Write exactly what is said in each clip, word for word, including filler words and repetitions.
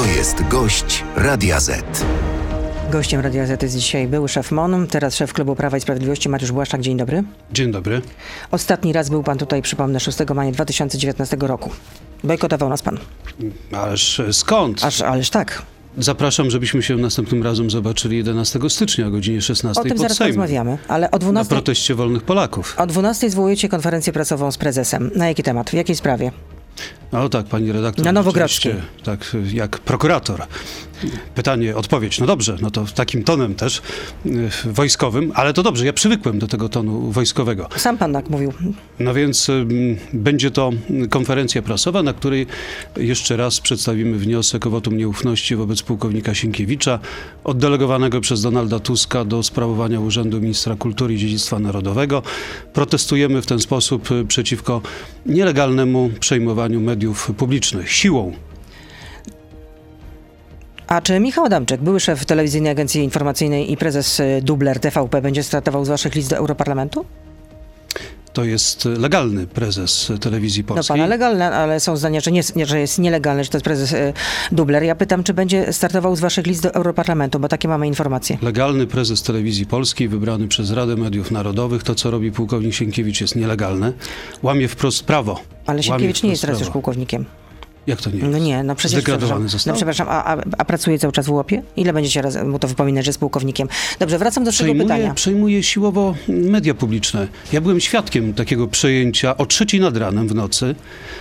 jest gość Radia Z. Gościem Radia Z jest dzisiaj były szef M O N, teraz szef Klubu Prawa i Sprawiedliwości Mariusz Błaszczak. Dzień dobry. Dzień dobry. Ostatni raz był pan tutaj, przypomnę, szóstego maja dwa tysiące dziewiętnastego roku. Bojkotował nas pan. Ależ skąd? Aż, ależ tak. Zapraszam, żebyśmy się następnym razem zobaczyli jedenastego stycznia o godzinie szesnastej O tym pod zaraz Sejmem, rozmawiamy, ale o dwunastej... na proteście wolnych Polaków. O dwunastej zwołujecie konferencję prasową z prezesem. Na jaki temat? W jakiej sprawie? No tak, pani redaktor. Na Nowogrodzkiej. Tak, jak prokurator. Pytanie, odpowiedź. No dobrze, no to takim tonem też y, wojskowym, ale to dobrze, ja przywykłem do tego tonu wojskowego. Sam pan tak mówił. No więc y, będzie to konferencja prasowa, na której jeszcze raz przedstawimy wniosek o wotum nieufności wobec pułkownika Sienkiewicza, oddelegowanego przez Donalda Tuska do sprawowania Urzędu Ministra Kultury i Dziedzictwa Narodowego. Protestujemy w ten sposób y, przeciwko nielegalnemu przejmowaniu mediów publicznych siłą. A czy Michał Adamczyk, były szef Telewizyjnej Agencji Informacyjnej i prezes dubler T V P, będzie startował z waszych list do Europarlamentu? To jest legalny prezes Telewizji No Polskiej. pana legalne, ale są zdania, że, nie, nie, że jest nielegalny, że to jest prezes y, dubler. Ja pytam, czy będzie startował z waszych list do Europarlamentu, bo takie mamy informacje. Legalny prezes Telewizji Polskiej, wybrany przez Radę Mediów Narodowych. To, co robi pułkownik Sienkiewicz, jest nielegalne. Łamie wprost prawo. Ale Sienkiewicz nie jest teraz prawo. już pułkownikiem. Jak to nie jest? No nie, no przecież, Zdegradowany przepraszam, został? no przepraszam, a, a, a pracuje cały czas w łopie? Ile będziecie raz mu to wypominać, że jest pułkownikiem? Dobrze, wracam do swojego pytania. Przejmuje siłowo media publiczne. Ja byłem świadkiem takiego przejęcia o trzeciej nad ranem w nocy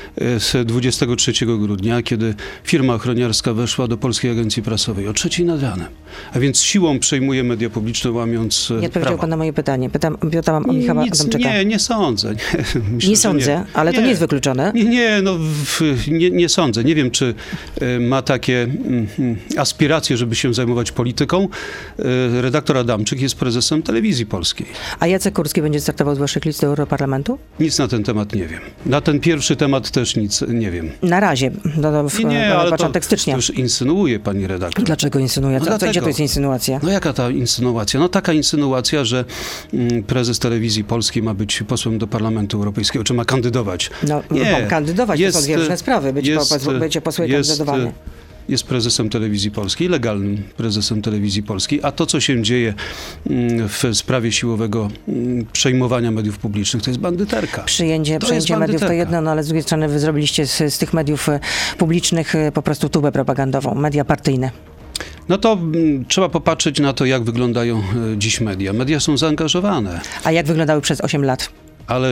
z dwudziestego trzeciego grudnia, kiedy firma ochroniarska weszła do Polskiej Agencji Prasowej o trzeciej nad ranem. A więc siłą przejmuje media publiczne, łamiąc Nie odpowiedział prawo. pan na moje pytanie. Pytam, pytałam o Michała Nic, Adamczyka. Nie, nie sądzę. Nie, Myślę, Nie że sądzę, nie. ale to nie jest wykluczone. Nie, nie, no w, nie, nie sądzę. Nie wiem, czy y, ma takie y, aspiracje, żeby się zajmować polityką. Y, redaktor Adamczyk jest prezesem Telewizji Polskiej. A Jacek Kurski będzie startował z waszych list do Europarlamentu? Nic na ten temat nie wiem. Na ten pierwszy temat też nic nie wiem. Na razie, do, do, w, Nie, nie, do ale początek to, stycznia. to już insynuuje pani redaktor. Dlaczego insynuacja? No Co, dlatego. gdzie to jest insynuacja? No jaka ta insynuacja? No taka insynuacja, że mm, prezes Telewizji Polskiej ma być posłem do Parlamentu Europejskiego, czy ma kandydować. No, Nie. kandydować Jest, to są dwie różne sprawy. Być, jest, po, bycie posłem i jest, kandydowanie. Jest prezesem Telewizji Polskiej, legalnym prezesem Telewizji Polskiej, a to, co się dzieje mm, w sprawie siłowego mm, przejmowania mediów publicznych, to jest bandyterka. Przyjęcie, To przyjęcie jest mediów to bandyterka. jedno, no ale z drugiej strony wy zrobiliście z, z tych mediów e, publicznych e, po prostu tubę propagandową, media partyjne. No to mm, trzeba popatrzeć na to, jak wyglądają e, dziś media. Media są zaangażowane. A jak wyglądały przez osiem lat? Ale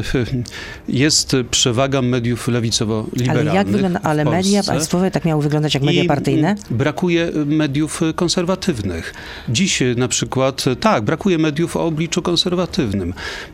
jest przewaga mediów lewicowo-liberalnych. Ale jak wygląda, ale w media Polsce. państwowe tak miały wyglądać jak media I partyjne? brakuje mediów konserwatywnych. Dziś na przykład, tak, brakuje mediów o obliczu konserwatywnym.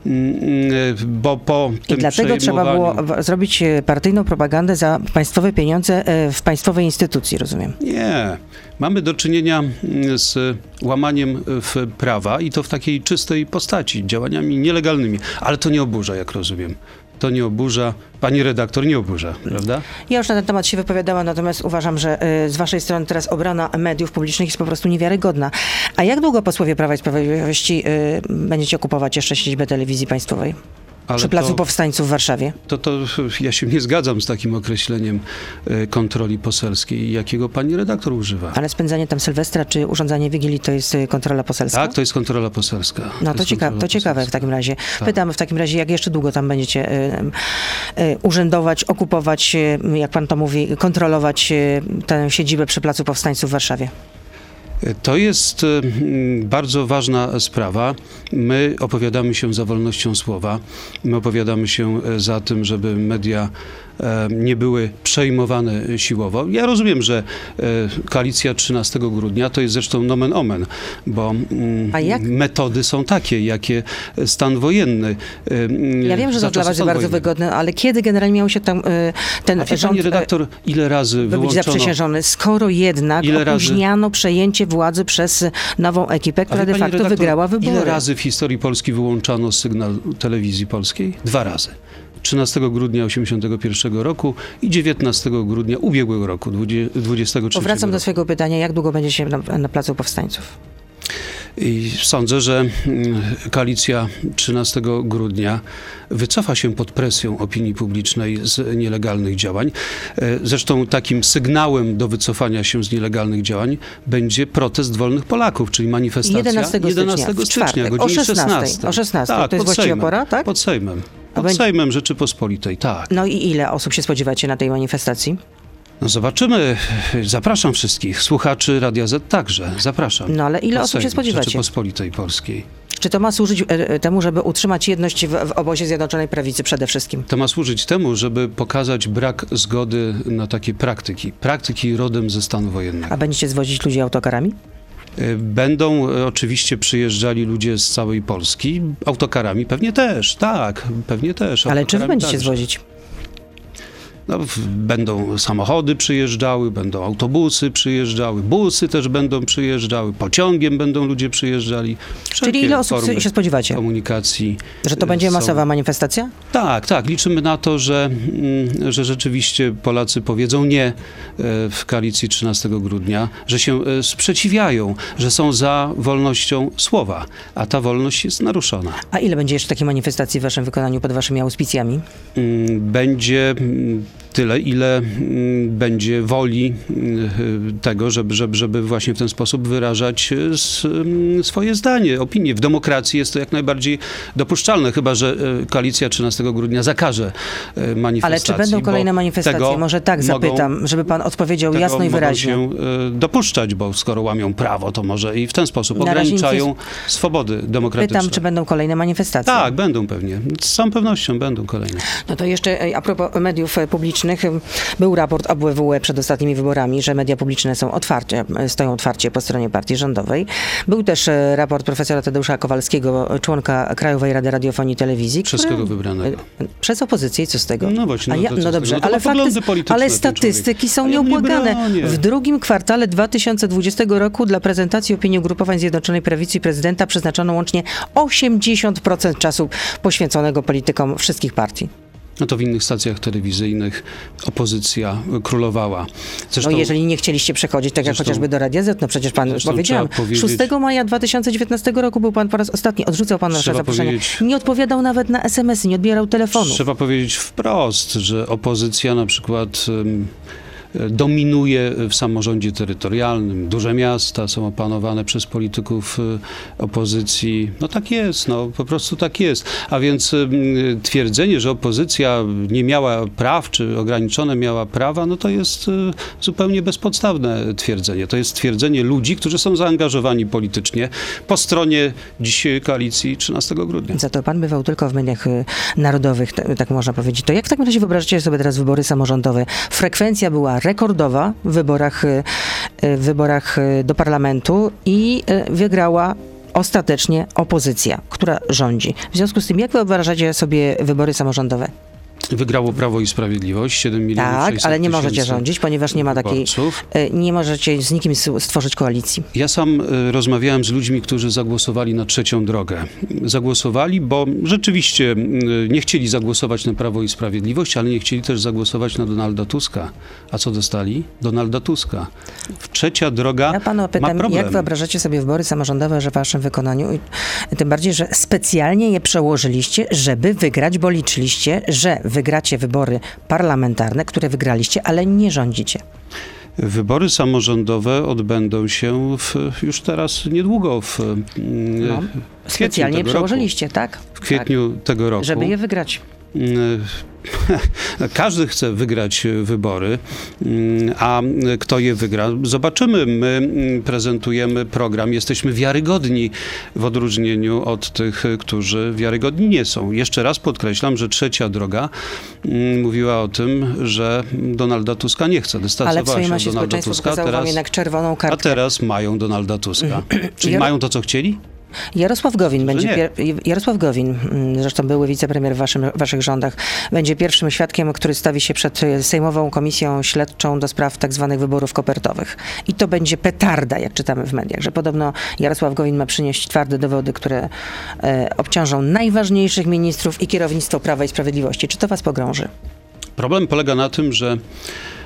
Bo po I tym dlatego trzeba było przejmowaniu- w- zrobić e, partyjną propagandę za państwowe pieniądze e, w państwowej instytucji, rozumiem. Nie. Mamy do czynienia mm, z łamaniem w prawa i to w takiej czystej postaci, działaniami nielegalnymi. Ale to nie oburza, jak rozumiem. To nie oburza, pani redaktor nie oburza, prawda? Ja już na ten temat się wypowiadałam, natomiast uważam, że e, z waszej strony teraz obrona mediów publicznych jest po prostu niewiarygodna. A jak długo posłowie Prawa i Sprawiedliwości e, będziecie okupować jeszcze siedzibę telewizji państwowej? Ale Przy Placu to, Powstańców w Warszawie? to, to ja się nie zgadzam z takim określeniem e, kontroli poselskiej, jakiego pani redaktor używa. Ale spędzanie tam Sylwestra czy urządzanie Wigilii to jest e, kontrola poselska? Tak, to jest kontrola poselska. No to, jest cieka- kontrola to ciekawe w poselska. takim razie. Tak. Pytam w takim razie, jak jeszcze długo tam będziecie y, y, urzędować, okupować, y, jak pan to mówi, kontrolować y, tę siedzibę przy Placu Powstańców w Warszawie? To jest mm, bardzo ważna sprawa. My opowiadamy się za wolnością słowa. My opowiadamy się e, za tym, żeby media e, nie były przejmowane siłowo. Ja rozumiem, że e, koalicja trzynastego grudnia to jest zresztą nomen omen, bo mm, A jak- metody są takie, jakie stan wojenny. e, Ja wiem, że za to dla czasów was jest stanu bardzo wojennego. wygodne, ale kiedy generalnie miał się tam y, ten A wie rząd pani y, redaktor, ile razy być wyłączono... zaprzysiężony, skoro jednak Ile razy- opóźniano przejęcie władzy przez nową ekipę, A która wie de pani facto redaktor, wygrała wybory? Ile razy w historii Polski wyłączano sygnał telewizji polskiej? Dwa razy. trzynastego grudnia osiemdziesiątego pierwszego roku i dziewiętnastego grudnia ubiegłego roku, dwudziestego trzeciego Powracam do roku. swojego pytania, jak długo będzie się na, na Placu Powstańców? I sądzę, że mm, koalicja trzynastego grudnia wycofa się pod presją opinii publicznej z nielegalnych działań. E, Zresztą takim sygnałem do wycofania się z nielegalnych działań będzie protest wolnych Polaków, czyli manifestacja jedenastego stycznia, w czwartek, godzinie o szesnastej. szesnastej. O szesnastej. Tak, To jest pod właściwa Sejmem, pora, tak? Pod Sejmem. A Pod będzie- Sejmem Rzeczypospolitej, tak. No i ile osób się spodziewacie na tej manifestacji? No zobaczymy. Zapraszam wszystkich. Słuchaczy Radia Z także. Zapraszam. No ale ile Pod osób się Sejm spodziewacie? Rzeczypospolitej Polskiej. Czy to ma służyć e, temu, żeby utrzymać jedność w, w obozie Zjednoczonej Prawicy przede wszystkim? To ma służyć temu, żeby pokazać brak zgody na takie praktyki. Praktyki rodem ze stanu wojennego. A będziecie zwozić ludzi autokarami? Y, Będą y, oczywiście przyjeżdżali ludzie z całej Polski. Autokarami pewnie też, tak, pewnie też. Ale czy wy Autokarami będziecie także. zwozić? No, w- będą samochody przyjeżdżały, będą autobusy przyjeżdżały, busy też będą przyjeżdżały, pociągiem będą ludzie przyjeżdżali. Wszelkie Czyli ile osób formy się spodziewacie? komunikacji. Że to y, będzie są- masowa manifestacja? Tak, tak. Liczymy na to, że, mm, że rzeczywiście Polacy powiedzą nie e, w koalicji trzynastego grudnia, że się e, sprzeciwiają, że są za wolnością słowa, a ta wolność jest naruszona. A ile będzie jeszcze takiej manifestacji w waszym wykonaniu pod waszymi auspicjami? Mm, Będzie mm, tyle, ile mm, będzie woli mm, tego, żeby, żeby, żeby właśnie w ten sposób wyrażać e, s- mm, swoje zdanie, opinię. W demokracji jest to jak najbardziej dopuszczalne, chyba że e, koalicja trzynastego grudnia zakaże e, manifestacji. Ale czy będą kolejne bo manifestacje? tego Może tak mogą- zapytam, żeby pan odpowiedział tego jasno i mogą wyraźnie. się e, dopuszczać, bo skoro łamią prawo, to może i w ten sposób Na razie nic ograniczają nie- swobody demokratyczne. Pytam, czy będą kolejne manifestacje? Tak, będą pewnie. Z całą pewnością będą kolejne. No to jeszcze e, a propos mediów e, publicznych, e, był raport A W W E przed ostatnimi wyborami, że media publiczne są otwarcie, e, stoją otwarcie po stronie partii rządowej. Był też e, raport profesora Tadeusza Kowalskiego, członka Krajowej Rady Radiofonii i Telewizji. Przez który- kogo wybranego? e, Przez opozycję, co z tego? No właśnie, A no ja, to co no z dobrze, tego? No to ale, ma poglądy fakty, polityczne ale ten statystyki są człowiek. A ja nie nieubłagane. bronię. W drugim kwartale dwa tysiące dwudziestego roku dla prezentacji opinii ugrupowań Zjednoczonej Prawicy i prezydenta przeznaczono łącznie osiemdziesiąt procent czasu poświęconego politykom wszystkich partii. No to w innych stacjach telewizyjnych opozycja królowała. Zresztą, No jeżeli nie chcieliście przechodzić, tak jak zresztą- chociażby do Radia Z, no przecież pan zresztą powiedziałem, trzeba powiedzieć- szóstego maja dwa tysiące dziewiętnastego roku był pan po raz ostatni, odrzucał pan nasze Trzeba zaproszenie. powiedzieć- Nie odpowiadał nawet na es em esy, nie odbierał telefonu. Trzeba powiedzieć wprost, że opozycja na przykład em, dominuje w samorządzie terytorialnym. Duże miasta są opanowane przez polityków e, opozycji. No tak jest, no po prostu tak jest. A więc em, twierdzenie, że opozycja nie miała praw, czy ograniczone miała prawa, no to jest e, zupełnie bezpodstawne twierdzenie. To jest twierdzenie ludzi, którzy są zaangażowani politycznie po stronie dziś koalicji trzynastego grudnia. Za to pan bywał tylko w mediach y, narodowych, t- tak można powiedzieć. To jak w takim razie wyobrażacie sobie teraz wybory samorządowe? Frekwencja była rekordowa w wyborach, y, y, w wyborach y, do parlamentu i y, wygrała ostatecznie opozycja, która rządzi. W związku z tym, jak wyobrażacie sobie wybory samorządowe? Wygrało Prawo i Sprawiedliwość, siedem milionów Tak, sześćset ale nie możecie tysięcy rządzić, ponieważ nie ma takiej, wyborców. y, nie możecie z nikim s- stworzyć koalicji. Ja sam y, rozmawiałem z ludźmi, którzy zagłosowali na trzecią drogę. Zagłosowali, bo rzeczywiście y, nie chcieli zagłosować na Prawo i Sprawiedliwość, ale nie chcieli też zagłosować na Donalda Tuska. A co dostali? Donalda Tuska. Trzecia droga Ja panu ma pytam, problem. jak wyobrażacie sobie wybory samorządowe że w waszym wykonaniu? I tym bardziej, że specjalnie je przełożyliście, żeby wygrać, bo liczyliście, że wygracie wybory parlamentarne, które wygraliście, ale nie rządzicie. Wybory samorządowe odbędą się w, już teraz niedługo, w, y, No, w kwietniu Specjalnie tego roku. przełożyliście, tak? W kwietniu tego roku. Tak, żeby je wygrać. Każdy chce wygrać wybory, a kto je wygra? Zobaczymy. My prezentujemy program, jesteśmy wiarygodni w odróżnieniu od tych, którzy wiarygodni nie są. Jeszcze raz podkreślam, że trzecia droga mówiła o tym, że Donalda Tuska nie chce. Ale w Dystansowała swojej się masie od Donalda społeczeństwo Tuska, pokazało wam teraz, jednak czerwoną a kartkę. teraz mają Donalda Tuska. Czyli Ja- mają to, co chcieli? Jarosław Gowin będzie nie. pier- Jarosław Gowin, mm, zresztą były wicepremier w waszym, waszych rządach, będzie pierwszym świadkiem, który stawi się przed e, Sejmową Komisją Śledczą do spraw tak zwanych wyborów kopertowych. I to będzie petarda, jak czytamy w mediach, że podobno Jarosław Gowin ma przynieść twarde dowody, które e, obciążą najważniejszych ministrów i kierownictwo Prawa i Sprawiedliwości. Czy to was pogrąży? Problem polega na tym, że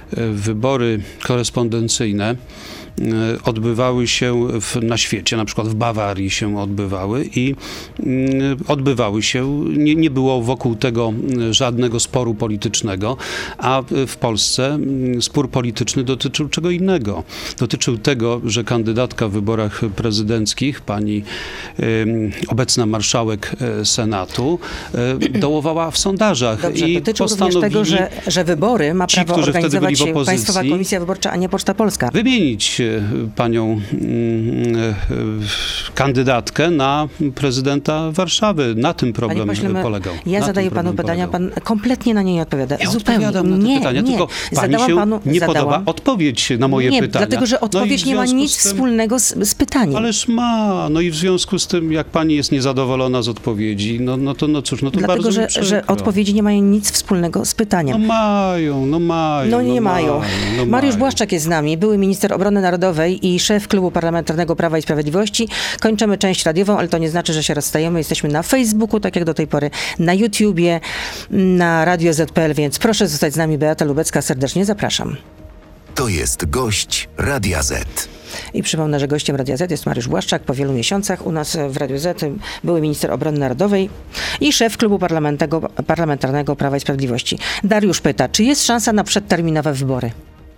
wybory korespondencyjne odbywały się w, na świecie, na przykład w Bawarii się odbywały i y, odbywały się, nie, nie było wokół tego żadnego sporu politycznego, a w Polsce y, spór polityczny dotyczył czego innego. Dotyczył tego, że kandydatka w wyborach prezydenckich, pani y, obecna marszałek Senatu, y, dołowała w sondażach. Dobrze, i dotyczył również tego, że, że wybory ma ci, prawo którzy wtedy byli organizować w opozycji, Państwowa Komisja Wyborcza, a nie Poczta Polska. Wymienić panią mm, kandydatkę na prezydenta Warszawy. Na tym problem Panie pośle, polegał. Ja na zadaję panu pytania, polegał. pan kompletnie na nie nie odpowiada. Ja Zupełnie. odpowiadam na te nie, pytania, nie. tylko pani Zadałam się panu, nie zadałam. podoba odpowiedź na moje nie, pytania. dlatego, że odpowiedź no nie ma nic z tym, wspólnego z, z pytaniem. Ależ ma. No i w związku z tym, jak pani jest niezadowolona z odpowiedzi, no, no to no cóż, no to Dlatego, bardzo że, mi przykro. że odpowiedzi nie mają nic wspólnego z pytaniem. No mają, no mają. No nie mają. no Mariusz mają. Błaszczak jest z nami, były minister obrony narodowej i szef Klubu Parlamentarnego Prawa i Sprawiedliwości. Kończymy część radiową, ale to nie znaczy, że się rozstajemy. Jesteśmy na Facebooku, tak jak do tej pory, na YouTubie, na radio zet pe el, więc proszę zostać z nami. Beata Lubecka, serdecznie zapraszam. To jest gość Radia Z. I przypomnę, że gościem Radia Z jest Mariusz Błaszczak. Po wielu miesiącach u nas w Radiu Z były minister obrony narodowej i szef Klubu Parlamentarnego, Parlamentarnego Prawa i Sprawiedliwości. Dariusz pyta, czy jest szansa na przedterminowe wybory?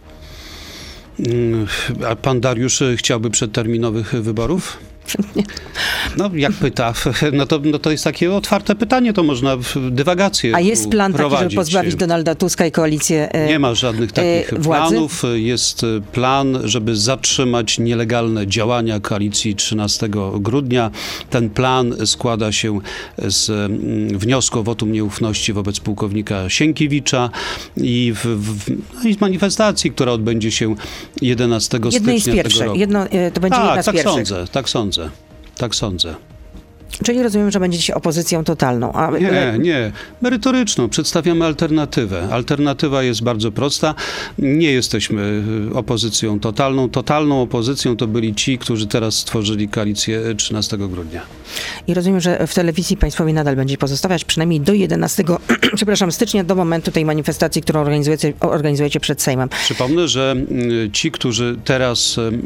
A pan Dariusz chciałby przedterminowych wyborów? No, jak pyta, no to, no to jest takie otwarte pytanie, to można dywagację A jest plan taki, prowadzić. żeby pozbawić Donalda Tuska i koalicję e, Nie ma żadnych takich e, władzy? planów. Jest plan, żeby zatrzymać nielegalne działania koalicji trzynastego grudnia. Ten plan składa się z mm, wniosku o wotum nieufności wobec pułkownika Sienkiewicza i, w, w, no i z manifestacji, która odbędzie się jedenastego Jednej z stycznia tego pierwszych. roku. Jedno, e, to będzie tak, jedna z tak pierwszych. sądzę, tak sądzę. Tak sądzę. Czyli rozumiem, że będziecie opozycją totalną. A, Nie, nie. Merytoryczną. Przedstawiamy alternatywę. Alternatywa jest bardzo prosta. Nie jesteśmy opozycją totalną. Totalną opozycją to byli ci, którzy teraz stworzyli koalicję trzynastego grudnia. I rozumiem, że w telewizji państwowej nadal będzie pozostawać przynajmniej do jedenastego przepraszam, stycznia, do momentu tej manifestacji, którą organizujecie, organizujecie przed Sejmem. Przypomnę, że y, ci, którzy teraz y,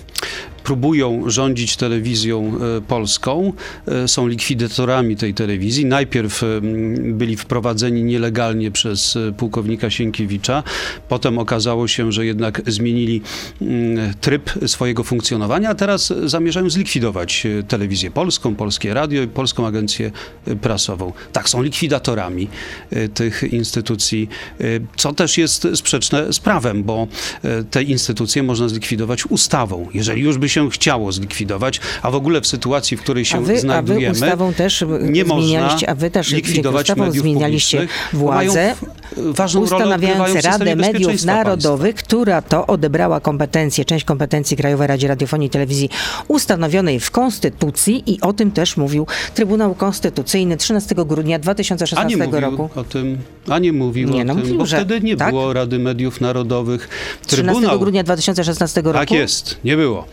próbują rządzić telewizją y, polską, y, są likwidatorami tej telewizji. Najpierw y, byli wprowadzeni nielegalnie przez y, pułkownika Sienkiewicza. Potem okazało się, że jednak zmienili y, tryb swojego funkcjonowania, a teraz zamierzają zlikwidować y, telewizję polską, Polskie Radio i Polską Agencję Prasową. Tak, są likwidatorami y, tych instytucji, y, co też jest sprzeczne z prawem, bo y, te instytucje można zlikwidować ustawą, jeżeli już by się chciało zlikwidować, a w ogóle w sytuacji, w której się a wy, znajdujemy, a wy ustawą też nie można a wy też likwidować ustawą mediów zmienialiście publicznych, władzę, ważną rolę ustanawiając odgrywają w systemie Radę Mediów bezpieczeństwa Narodowych, państwa. która to odebrała kompetencje, część kompetencji Krajowej Radzie Radiofonii i Telewizji ustanowionej w Konstytucji i o tym też mówił Trybunał Konstytucyjny trzynastego grudnia dwa tysiące szesnastego a nie mówił roku. o tym, a nie mówił Nie, o no tym, mówił, bo że wtedy nie tak? było Rady Mediów Narodowych. trzynastego Trybunał, grudnia dwa tysiące szesnastego roku. tak jest, nie było.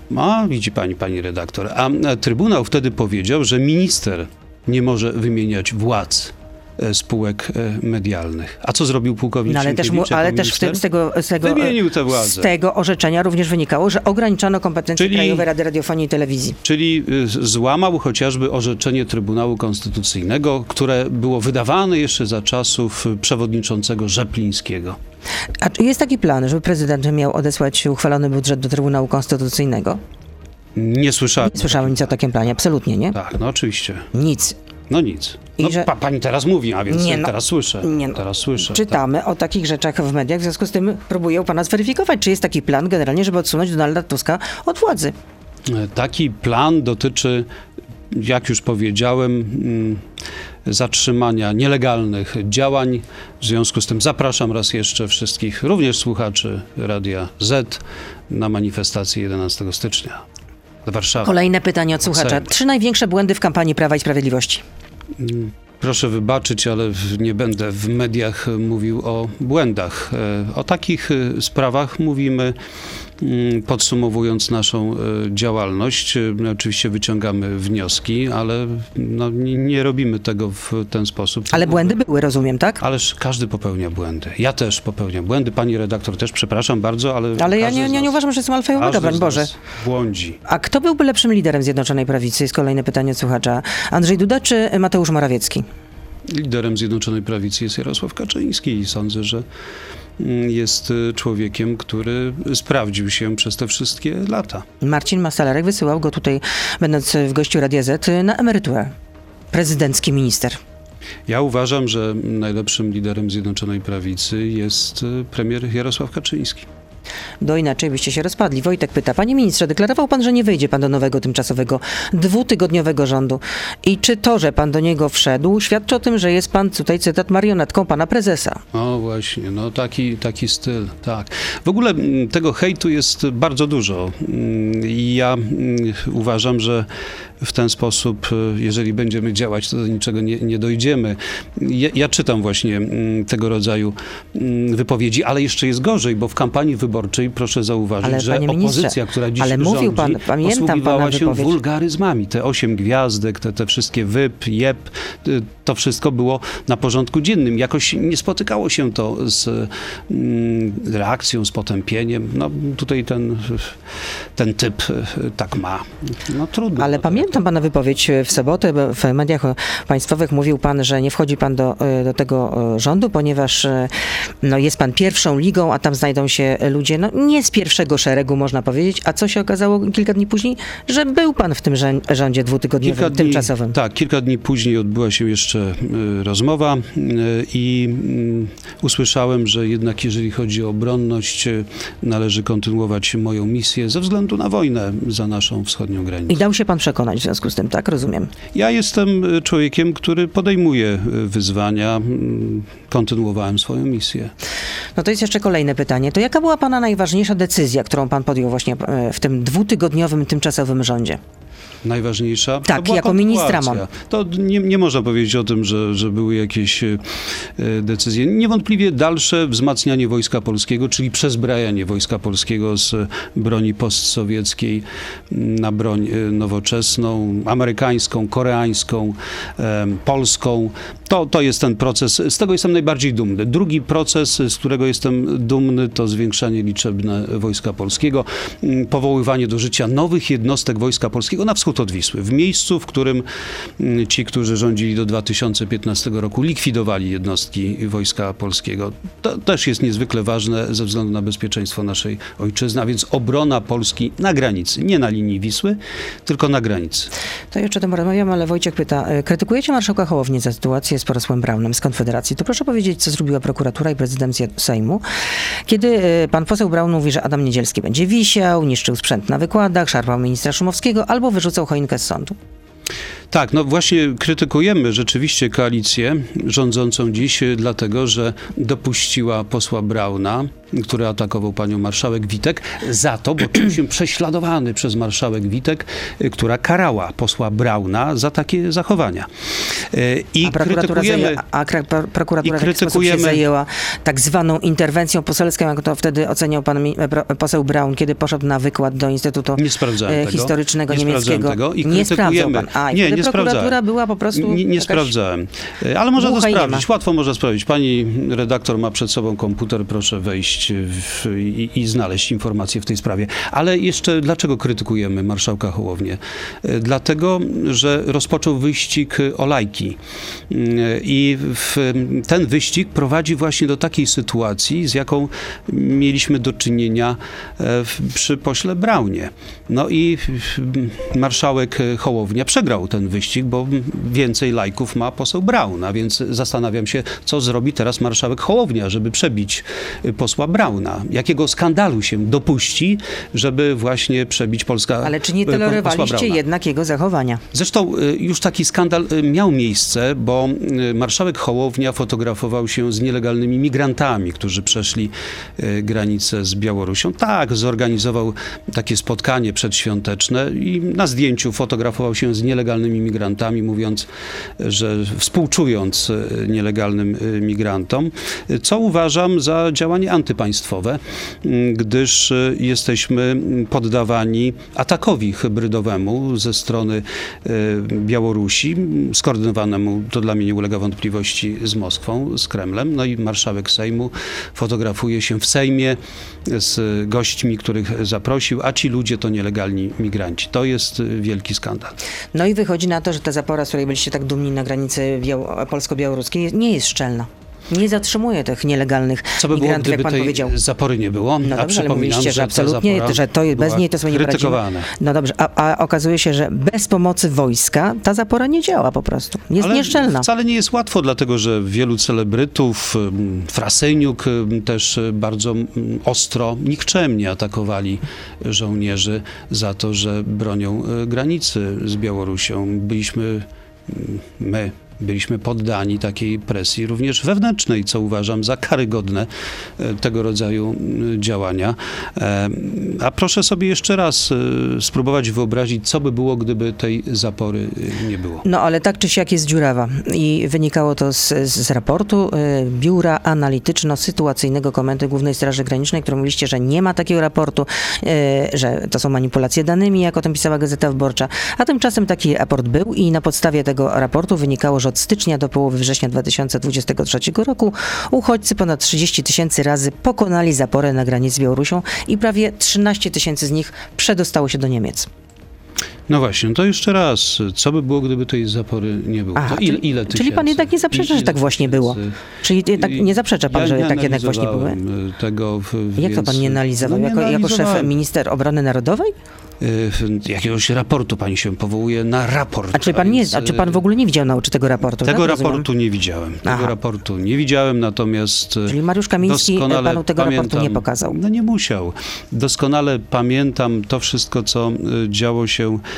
A widzi pani, pani redaktor, a Trybunał wtedy powiedział, że minister nie może wymieniać władz spółek medialnych. A co zrobił pułkownik No, ale też, mu, Sienkiewicz jako ale też w tym, z, tego, z, tego, Wymienił te władze. z tego orzeczenia również wynikało, że ograniczano kompetencje Czyli- Krajowej Rady Radiofonii i Telewizji. Czyli y, złamał chociażby orzeczenie Trybunału Konstytucyjnego, które było wydawane jeszcze za czasów przewodniczącego Rzeplińskiego. A czy jest taki plan, żeby prezydent miał odesłać uchwalony budżet do Trybunału Konstytucyjnego? Nie słyszałem. Nie słyszałem nic o takim planie, absolutnie nie. Tak, no oczywiście. Nic. No nic. I No, że- pa, pani teraz mówi, a więc Nie, no. teraz słyszę. Nie, no. Teraz słyszę. Czytamy o takich rzeczach w mediach, w związku z tym próbuję u pana zweryfikować, czy jest taki plan generalnie, żeby odsunąć Donalda Tuska od władzy. Tak. Taki plan dotyczy, jak już powiedziałem, mm, zatrzymania nielegalnych działań. W związku z tym zapraszam raz jeszcze wszystkich, również słuchaczy Radia Z, na manifestację jedenastego stycznia do Warszawy. Kolejne pytanie od słuchacza. Sejm. Trzy największe błędy w kampanii Prawa i Sprawiedliwości. Proszę wybaczyć, ale w- nie będę w mediach mówił o błędach. E, O takich e, sprawach mówimy podsumowując naszą działalność. Oczywiście wyciągamy wnioski, ale no, nie, nie robimy tego w ten sposób. Ale błędy były, rozumiem, tak? Ależ każdy popełnia błędy. Ja też popełniam błędy. Pani redaktor też, przepraszam bardzo, ale... Ale ja nie, nie, nie uważam, że jestem alfa i omega, broń Boże. Błądzi. A kto byłby lepszym liderem Zjednoczonej Prawicy? Jest kolejne pytanie od słuchacza. Andrzej Duda czy Mateusz Morawiecki? Liderem Zjednoczonej Prawicy jest Jarosław Kaczyński i sądzę, że jest człowiekiem, który sprawdził się przez te wszystkie lata. Marcin Mastalerek wysyłał go tutaj, będąc w gościu Radia Z, na emeryturę. Prezydencki minister. Ja uważam, że najlepszym liderem Zjednoczonej Prawicy jest premier Jarosław Kaczyński. Do inaczej byście się rozpadli. Wojtek pyta, panie ministrze, deklarował pan, że nie wyjdzie pan do nowego tymczasowego dwutygodniowego rządu. I czy to, że pan do niego wszedł, świadczy o tym, że jest pan, tutaj cytat, marionetką pana prezesa? O właśnie, no taki, taki styl, tak. W ogóle tego hejtu jest bardzo dużo i ja uważam, że w ten sposób, jeżeli będziemy działać, to do niczego nie, nie dojdziemy. Ja, ja czytam właśnie tego rodzaju wypowiedzi, ale jeszcze jest gorzej, bo w kampanii wyborczej, proszę zauważyć, ale, że opozycja, która dziś ale mówił rządzi, pan, pamiętam posługiwała pana się wypowiedź. wulgaryzmami. Te osiem gwiazdek, te, te wszystkie wyp, jep, to wszystko było na porządku dziennym. Jakoś nie spotykało się to z mm, reakcją, z potępieniem. No tutaj ten, ten typ tak ma. No trudno. Ale pamiętam pana wypowiedź w sobotę, bo w mediach państwowych mówił pan, że nie wchodzi pan do, do tego rządu, ponieważ no, jest pan pierwszą ligą, a tam znajdą się ludzie no, nie z pierwszego szeregu, można powiedzieć. A co się okazało kilka dni później? Że był pan w tym rządzie dwutygodniowym, kilka dni, tymczasowym. Tak, kilka dni później odbyła się jeszcze y, rozmowa y, i y, usłyszałem, że jednak jeżeli chodzi o obronność, y, należy kontynuować moją misję ze względu na wojnę za naszą wschodnią granicą. I dał się pan przekonać w związku z tym, tak? Rozumiem. Ja jestem człowiekiem, który podejmuje wyzwania. Kontynuowałem swoją misję. No to jest jeszcze kolejne pytanie. To jaka była pana najważniejsza decyzja, którą pan podjął właśnie w tym dwutygodniowym, tymczasowym rządzie? Najważniejsza? Tak, jako ministra MON. To nie, nie można powiedzieć o tym, że, że były jakieś e, decyzje. Niewątpliwie dalsze wzmacnianie Wojska Polskiego, czyli przezbrajanie Wojska Polskiego z broni postsowieckiej na broń nowoczesną, amerykańską, koreańską, e, polską. To, to jest ten proces, z tego jestem najbardziej dumny. Drugi proces, z którego jestem dumny, to zwiększanie liczebne Wojska Polskiego, powoływanie do życia nowych jednostek Wojska Polskiego na wschód od Wisły. W miejscu, w którym ci, którzy rządzili do dwa tysiące piętnastego roku, likwidowali jednostki Wojska Polskiego. To też jest niezwykle ważne ze względu na bezpieczeństwo naszej ojczyzny, a więc obrona Polski na granicy. Nie na linii Wisły, tylko na granicy. To jeszcze o tym rozmawiamy, ale Wojciech pyta, krytykujecie marszałka Hołownię za sytuację z posłem Braunem z Konfederacji. To proszę powiedzieć, co zrobiła prokuratura i prezydencja Sejmu, kiedy pan poseł Braun mówi, że Adam Niedzielski będzie wisiał, niszczył sprzęt na wykładach, szarpał ministra Szumowskiego albo wyrzucał choinkę z sądu. Tak, no właśnie krytykujemy rzeczywiście koalicję rządzącą dziś, dlatego że dopuściła posła Brauna, który atakował panią marszałek Witek, za to, bo czuł się prześladowany przez marszałek Witek, która karała posła Brauna za takie zachowania. I a prokuratura, krytykujemy, zaję, a kra, prokuratura i w jaki sposób się zajęła tak zwaną interwencją poselską, jak to wtedy oceniał pan poseł Braun, kiedy poszedł na wykład do Instytutu nie sprawdzałem Historycznego tego. Nie Niemieckiego. Tego i nie sprawdzał pan. A, i nie, nie prokuratura sprawdzałem. była po prostu Nie, nie sprawdzałem. Ale można to sprawdzić. Łatwo można sprawdzić. Pani redaktor ma przed sobą komputer, proszę wejść w, i, i znaleźć informacje w tej sprawie. Ale jeszcze dlaczego krytykujemy marszałka Hołownię? Dlatego, że rozpoczął wyścig o lajki. I w, ten wyścig prowadzi właśnie do takiej sytuacji, z jaką mieliśmy do czynienia w, przy pośle Braunie. No i marszałek Hołownia przegrał ten wyścig, bo więcej lajków ma poseł Braun, a więc zastanawiam się, co zrobi teraz marszałek Hołownia, żeby przebić posła Brauna. Jakiego skandalu się dopuści, żeby właśnie przebić Polska. Ale czy nie tolerowaliście jednak jego zachowania? Zresztą już taki skandal miał miejsce, bo marszałek Hołownia fotografował się z nielegalnymi migrantami, którzy przeszli granicę z Białorusią. Tak, zorganizował takie spotkanie przedświąteczne i na zdjęciu fotografował się z nielegalnymi nielegalnymi migrantami, mówiąc, że współczując nielegalnym migrantom, co uważam za działanie antypaństwowe, gdyż jesteśmy poddawani atakowi hybrydowemu ze strony Białorusi, skoordynowanemu, to dla mnie nie ulega wątpliwości, z Moskwą, z Kremlem. No i marszałek Sejmu fotografuje się w Sejmie z gośćmi, których zaprosił, a ci ludzie to nielegalni migranci. To jest wielki skandal. No i wychodzi na to, że ta zapora, z której byliście tak dumni na granicy biał- polsko-białoruskiej, nie jest szczelna. Nie zatrzymuje tych nielegalnych Co by było, migrantów, gdyby jak pan tej powiedział. zapory nie było? No A dobrze, ale przypominam, mówiliście, że ta absolutnie, zapora że to bez była niej to sobie nie poradzimy. krytykowana. No dobrze, a, a okazuje się, że bez pomocy wojska ta zapora nie działa po prostu. Jest Ale nieszczelna. wcale nie jest łatwo, dlatego że wielu celebrytów, m, Frasyniuk m, też bardzo m, ostro, nikczemnie atakowali żołnierzy za to, że bronią e, granicy z Białorusią. Byliśmy m, my. Byliśmy poddani takiej presji również wewnętrznej, co uważam za karygodne e, tego rodzaju m, działania. E, A proszę sobie jeszcze raz e, spróbować wyobrazić, co by było, gdyby tej zapory e, nie było. No ale tak czy siak jest dziurawa i wynikało to z, z raportu y, Biura Analityczno-Sytuacyjnego Komendy Głównej Straży Granicznej, którą mówiliście, że nie ma takiego raportu, y, że to są manipulacje danymi, jak o tym pisała Gazeta Wyborcza, a tymczasem taki raport był i na podstawie tego raportu wynikało, że od stycznia do połowy września dwa tysiące dwudziestego trzeciego roku uchodźcy ponad trzydzieści tysięcy razy pokonali zaporę na granicy z Białorusią i prawie trzynaście tysięcy z nich przedostało się do Niemiec. No właśnie, to jeszcze raz, co by było, gdyby tej zapory nie było? Aha, To ile, czyli, ile tysięcy? czyli pan jednak nie zaprzecza, że Ile tak właśnie było. tysięcy? Czyli tak nie zaprzecza pan, Ja że nie tak jednak właśnie były? analizowałem Tego, w, Jak to więc- pan nie analizował? No nie jako, jako szef analizowałem. minister obrony narodowej? Y, Jakiegoś raportu pani się powołuje na raport. A czy pan, nie, więc, a czy pan w ogóle nie widział nauczy tego raportu? Tego tak? Rozumiem. raportu nie widziałem. Tego Aha. raportu nie widziałem, natomiast Czyli Mariusz Kamiński doskonale panu tego raportu pamiętam, nie pokazał. No nie musiał. Doskonale pamiętam to wszystko, co y, działo się e,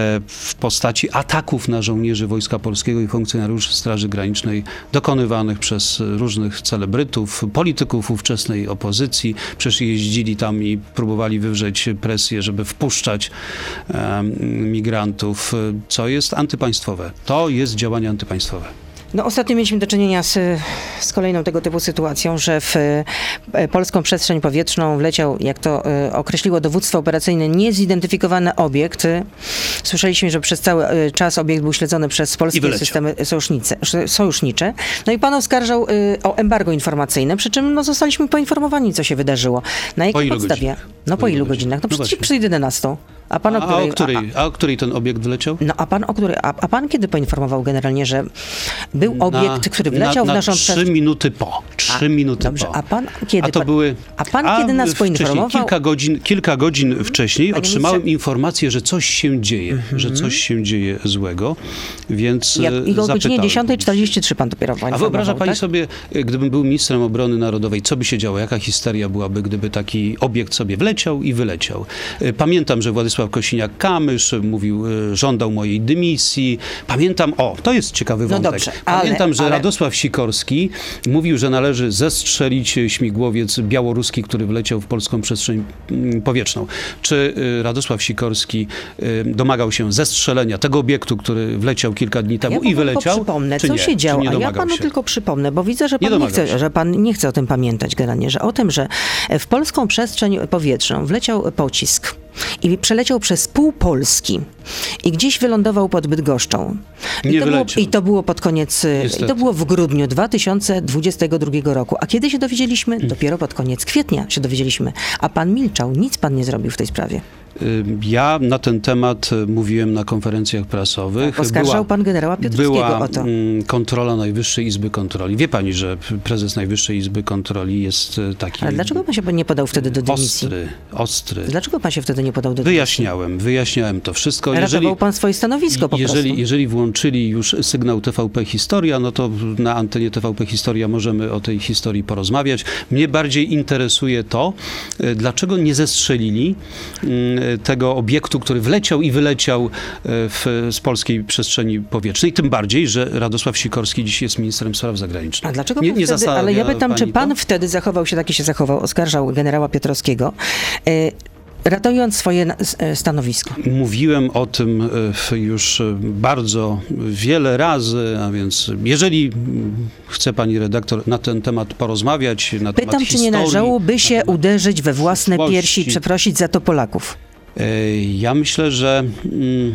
w postaci ataków na żołnierzy Wojska Polskiego i funkcjonariuszy Straży Granicznej dokonywanych przez różnych celebrytów, polityków ówczesnej opozycji. Przecież jeździli tam i próbowali wywrzeć presję, żeby wpuszczać e, migrantów, co jest antypaństwowe. To jest działanie antypaństwowe. No ostatnio mieliśmy do czynienia z, z kolejną tego typu sytuacją, że w e, polską przestrzeń powietrzną wleciał, jak to e, określiło dowództwo operacyjne, niezidentyfikowany obiekt. Słyszeliśmy, że przez cały e, czas obiekt był śledzony przez I polskie wyleciał. systemy sojusznice, sojusznicze. No i pan oskarżał e, o embargo informacyjne, przy czym no, zostaliśmy poinformowani, co się wydarzyło. Na jakiej Po ilu podstawie? godzinach? No po, Po ilu ilu godzinach? No godzinach? No przecież właśnie. przed jedenastą. A pan o A, której? o której, A, a o której ten obiekt wyleciał? no a pan o której? A, a pan kiedy poinformował generalnie, że był obiekt, który wleciał na, w naszą na trzy przestrzeń? minuty po. Trzy minuty Dobrze, po. a pan kiedy? A to pan, były. a pan kiedy nas wcześniej, poinformował? Kilka godzin, kilka godzin wcześniej Panie otrzymałem ministrze- informację, że coś się dzieje, że coś się dzieje złego, więc Jak, e, I o godzinie zapytałem. dziesiątej czterdzieści trzy pan dopiero A poinformował, wyobraża pani tak? sobie, e, gdybym był ministrem obrony narodowej, co by się działo? Jaka histeria byłaby, gdyby taki obiekt sobie wleciał i wyleciał? E, Pamiętam, że Władysław Kosiniak-Kamysz mówił, e, żądał mojej dymisji. Pamiętam, o, to jest ciekawy wątek. dobrze, ale- Pamiętam, że ale- Radosław Sikorski mówił, że należy zestrzelić śmigłowiec białoruski, który wleciał w polską przestrzeń mm, powietrzną. Czy y, Radosław Sikorski y, domagał się zestrzelenia tego obiektu, który wleciał kilka dni temu Ja i panu wyleciał? tylko przypomnę, czy co nie? się działo, Czy nie a ja domagał panu się? tylko przypomnę, bo widzę, że pan nie, domagał chce, się. że pan nie chce o tym pamiętać generalnie, że o tym, że w polską przestrzeń powietrzną wleciał pocisk i przeleciał przez pół Polski i gdzieś wylądował pod Bydgoszczą. I Nie to było, wyleciał. I to było pod koniec, i Niestety. to było w grudniu dwa tysiące dwudziestego drugiego roku. A kiedy się dowiedzieliśmy? Dopiero pod koniec kwietnia się dowiedzieliśmy. A pan milczał, nic pan nie zrobił w tej sprawie. Y, Ja na ten temat y, mówiłem na konferencjach prasowych. Oskarżał Była- pan generała Piotrowskiego Była o to. mm, kontrola Najwyższej Izby Kontroli. Wie pani, że prezes Najwyższej Izby Kontroli jest y, taki Ale dlaczego pan się nie podał wtedy do dymisji? ostry, ostry. Dlaczego pan się wtedy nie podał do dymisji? Wyjaśniałem, wyjaśniałem to wszystko. Ratował pan swoje stanowisko po jeżeli, prostu. jeżeli włączyli już sygnał T V P Historia, no to na antenie T V P Historia możemy o tej historii porozmawiać. Mnie bardziej interesuje to, e, dlaczego nie zestrzelili mm, tego obiektu, który wleciał i wyleciał e, w, z polskiej przestrzeni powietrznej. Tym bardziej, że Radosław Sikorski dziś jest ministrem spraw zagranicznych. A dlaczego nie, pan nie wtedy, zastanawia ale ja pytam, czy pani pan to? wtedy zachował się tak, jak się zachował, oskarżał generała Piotrowskiego. E, ratując swoje na- s- e, stanowisko. Mówiłem o tym e, już e, bardzo wiele razy, a więc jeżeli mm, chce pani redaktor na ten temat porozmawiać, na temat Pytam, czy nie historii, należałoby się na temat uderzyć we własne przyszłości. piersi i przeprosić za to Polaków? E, Ja myślę, że mm,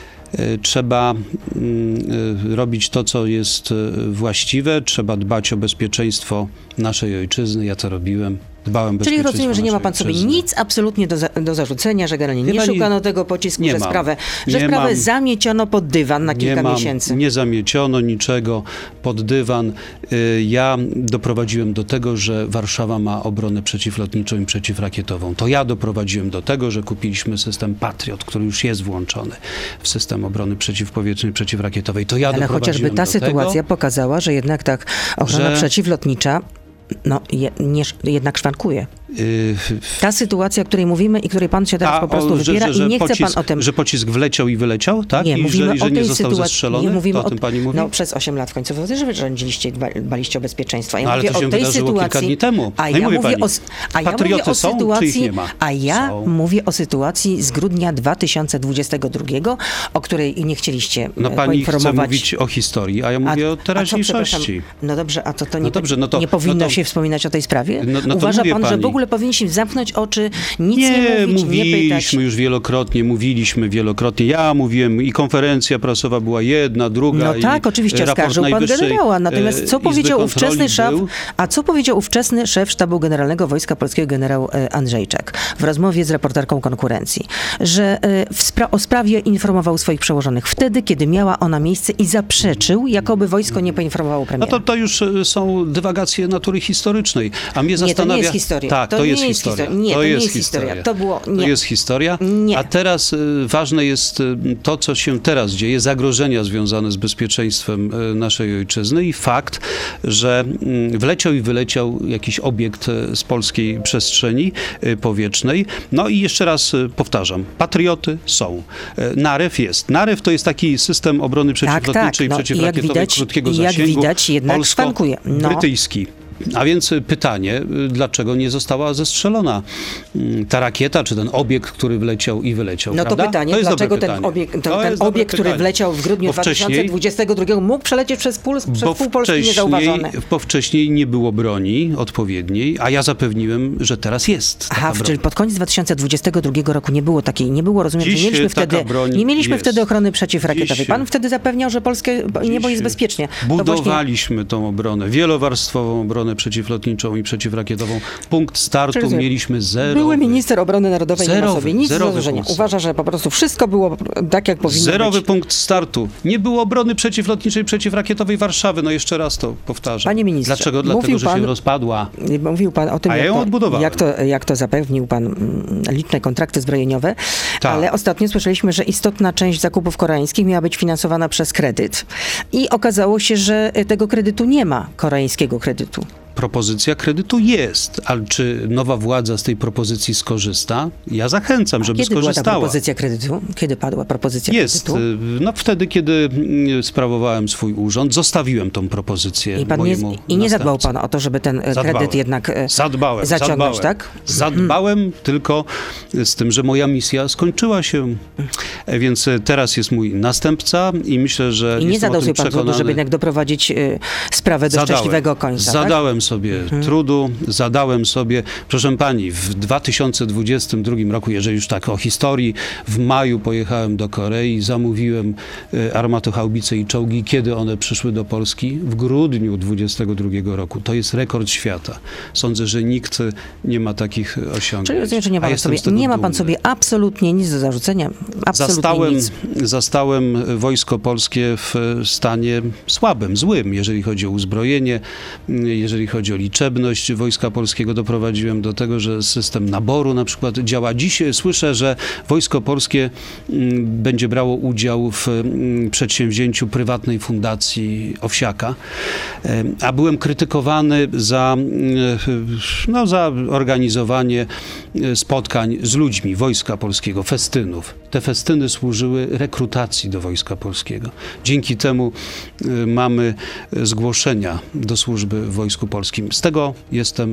e, trzeba mm, e, robić to, co jest e, właściwe. Trzeba dbać o bezpieczeństwo naszej ojczyzny. Ja to robiłem. Dbałem Czyli bezpieczeństwo rozumiem, że nie ma naszej pan sobie ojczyzny. nic absolutnie do, za, do zarzucenia, że generalnie Wie nie pani, szukano tego pocisku, nie że mam. sprawę, że Nie sprawę mam. zamieciono pod dywan na kilka nie mam, miesięcy. Nie zamieciono niczego pod dywan. Y, Ja doprowadziłem do tego, że Warszawa ma obronę przeciwlotniczą i przeciwrakietową. To ja doprowadziłem do tego, że kupiliśmy system Patriot, który już jest włączony w system obrony przeciwpowietrznej, przeciwrakietowej. To ja Ale doprowadziłem chociażby ta do sytuacja tego, pokazała, że jednak tak ochrona że- przeciwlotnicza no, je, nie, jednak szwankuje. y, Ta sytuacja, o której mówimy i której pan się teraz a, po prostu o, że, wybiera że, że i nie chce pocisk, pan o tym... że pocisk wleciał i wyleciał, tak? Nie, I mówimy że, i że o nie tej został sytuacji. zestrzelony? Nie mówimy to o tym pani mówi? No przez osiem lat w końcu wy też rządziliście i dba- dbaliście o bezpieczeństwo. Ja No, ale mówię to się o tej wydarzyło sytuacji, kilka dni temu. A No i ja mówię mówię pani, o, s- a ja mówię patrioty o są, czy ich sytuacji, nie ma? a ja Są. mówię o sytuacji z grudnia dwa tysiące dwudziestego drugiego, o której nie chcieliście No e, pani chce poinformować. mówić o historii, a ja mówię o co, teraźniejszości. przepraszam, no dobrze, a to, to, nie, No dobrze, no to- nie powinno no to- się wspominać o tej sprawie? No- no to Uważa mówię pan, że pani. w ogóle powinniśmy zamknąć oczy, nic nie, Nie, mówić, nie pytać? mówiliśmy już wielokrotnie, mówiliśmy wielokrotnie. Ja mówiłem i konferencja prasowa była jedna, druga. No i tak, oczywiście raport oskarżył pan Najwyższej, generała. Natomiast e, co Izby powiedział Kontroli ówczesny szef, był. a co powiedział ówczesny szef Sztabu Generalnego Wojska Polskiego generał e, Andrzejczak w rozmowie z reporterką konkurencji, że e, w spra- o sprawie informował swoich przełożonych wtedy, kiedy miała ona miejsce i zaprzeczył, jakoby wojsko nie poinformowało No premiera. to, to już e, są dywagacje natury historycznej. A mnie Nie, to zastanawia... nie jest historia. Tak, To to, nie jest jest historia. historia. Nie, to nie jest historia. To było- nie. To jest historia. Nie. A teraz e, ważne jest e, to, co się teraz dzieje, zagrożenia związane z bezpieczeństwem e, naszej ojczyzny i fakt, że mm, wleciał i wyleciał jakiś obiekt e, z polskiej przestrzeni e, powietrznej. No i jeszcze raz e, powtarzam, patrioty są. E, Narew jest. Narew to jest taki system obrony przeciwlotniczej tak. No i i jak przeciwrakietowej widać- krótkiego i jak zasięgu. widać jednak szwankuje. No. Brytyjski. A więc pytanie, dlaczego nie została zestrzelona mm, ta rakieta, czy ten obiekt, który wleciał i wyleciał, No to prawda? pytanie, jest dlaczego dobre ten pytanie. obiekt, to, To ten jest dobre obiekt który pytanie. wleciał w grudniu Bo dwa tysiące wcześniej- dwudziestego drugiego, mógł przelecieć przez pół, przez Bo pół Polski niezauważony. bo wcześniej nie było broni odpowiedniej, a ja zapewniłem, że teraz jest. taka Aha, broń. czyli pod koniec dwa tysiące dwudziestego drugiego roku nie było takiej, nie było, rozumiem, Dziś że mieliśmy taka wtedy, broń nie mieliśmy jest. wtedy ochrony przeciwrakietowej. Dziś- Pan wtedy zapewniał, że polskie niebo jest bezpiecznie. To właśnie Budowaliśmy tą obronę, wielowarstwową obronę przeciwlotniczą i przeciwrakietową. Punkt startu Rozumiem. mieliśmy zero. były minister obrony narodowej nie ma Zerowy, sobie nic do zerowy zarzucenia. punkt Uważa, że po prostu wszystko było tak, jak powinno Zerowy być. punkt startu. Nie było obrony przeciwlotniczej, przeciwrakietowej Warszawy. No jeszcze raz to powtarzam. Panie ministrze, Dlaczego? mówił Dlatego, że pan- się rozpadła. Mówił pan o tym, A ja jak, ją to, odbudowałem. jak, to, jak to zapewnił pan mm, liczne kontrakty zbrojeniowe, Tak. ale ostatnio słyszeliśmy, że istotna część zakupów koreańskich miała być finansowana przez kredyt. I okazało się, że tego kredytu nie ma, koreańskiego kredytu. Propozycja kredytu jest, ale czy nowa władza z tej propozycji skorzysta? Ja zachęcam, żeby Kiedy była ta skorzystała. propozycja kredytu? Kiedy padła propozycja Jest. kredytu? No wtedy, kiedy mm, sprawowałem swój urząd, zostawiłem tą propozycję I, pan nie, mojemu I nie zadbał następcy. pan o to, żeby ten e, Zadbałem. kredyt jednak e, Zadbałem, zaciągnąć, zadbałem. tak? Zadbałem tylko z tym, że moja misja skończyła się. E, Więc e, teraz jest mój następca i myślę, że I nie jestem zadał o tym sobie pan trudu, przekonany. żeby jednak doprowadzić e, sprawę do Zadałem. szczęśliwego końca, tak? Zadałem sobie trudu, zadałem sobie, proszę pani, w dwa tysiące dwudziestym drugim roku, jeżeli już tak o historii, w maju pojechałem do Korei, zamówiłem e, armatochaubice i czołgi. Kiedy one przyszły do Polski? W grudniu dwudziestego drugiego roku. To jest rekord świata. Sądzę, że nikt nie ma takich osiągnięć. Czyli rozumiem, że nie ma, A pan jestem sobie, z tego nie ma pan dumny. sobie absolutnie nic do zarzucenia. Absolutnie Zastałem, nic. zastałem wojsko polskie w stanie słabym, złym, jeżeli chodzi o uzbrojenie, jeżeli chodzi o liczebność Wojska Polskiego. Doprowadziłem do tego, że system naboru na przykład działa. Dziś słyszę, że Wojsko Polskie mm, będzie brało udział w mm, przedsięwzięciu prywatnej fundacji Owsiaka, E, a byłem krytykowany za, mm, no, za organizowanie e, spotkań z ludźmi Wojska Polskiego, festynów. Te festyny służyły rekrutacji do Wojska Polskiego. Dzięki temu y, mamy zgłoszenia do służby w Wojsku Polskim. Z tego jestem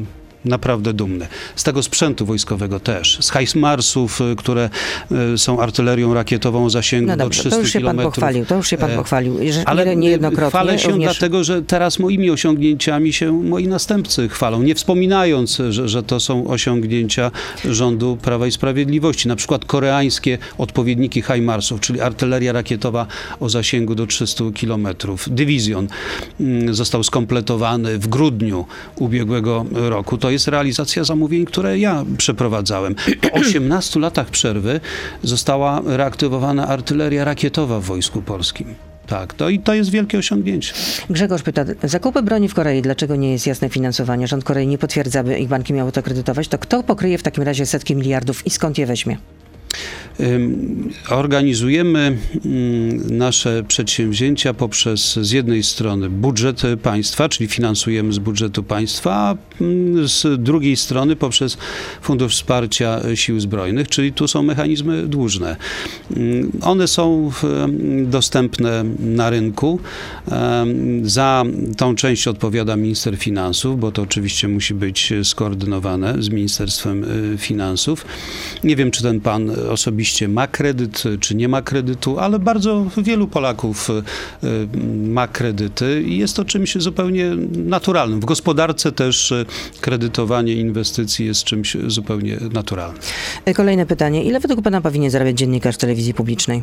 naprawdę dumny. Z tego sprzętu wojskowego też. Z HIMARS-ów, które są artylerią rakietową o zasięgu no do dobrze, trzystu to już się kilometrów. pan pochwalił, to już się pan pochwalił. Że Ale niejednokrotnie chwalę się również... dlatego, że teraz moimi osiągnięciami się moi następcy chwalą, nie wspominając, że, że to są osiągnięcia rządu Prawa i Sprawiedliwości. Na przykład koreańskie odpowiedniki HIMARS-ów, czyli artyleria rakietowa o zasięgu do trzystu kilometrów. Dywizjon został skompletowany w grudniu ubiegłego roku. To jest realizacja zamówień, które ja przeprowadzałem. Po osiemnastu latach przerwy została reaktywowana artyleria rakietowa w Wojsku Polskim. Tak, to i to jest wielkie osiągnięcie. Grzegorz pyta, zakupy broni w Korei, dlaczego nie jest jasne finansowanie? Rząd Korei nie potwierdza, by ich banki miały to kredytować. To kto pokryje w takim razie setki miliardów i skąd je weźmie? Organizujemy nasze przedsięwzięcia poprzez z jednej strony budżet państwa, czyli finansujemy z budżetu państwa, a z drugiej strony poprzez Fundusz Wsparcia Sił Zbrojnych, czyli tu są mechanizmy dłużne. One są dostępne na rynku. Za tą część odpowiada minister finansów, bo to oczywiście musi być skoordynowane z Ministerstwem Finansów. Nie wiem, czy ten pan osobiście ma kredyt, czy nie ma kredytu, ale bardzo wielu Polaków ma kredyty i jest to czymś zupełnie naturalnym. W gospodarce też kredytowanie inwestycji jest czymś zupełnie naturalnym. Kolejne pytanie. Ile według pana powinien zarabiać dziennikarz telewizji publicznej?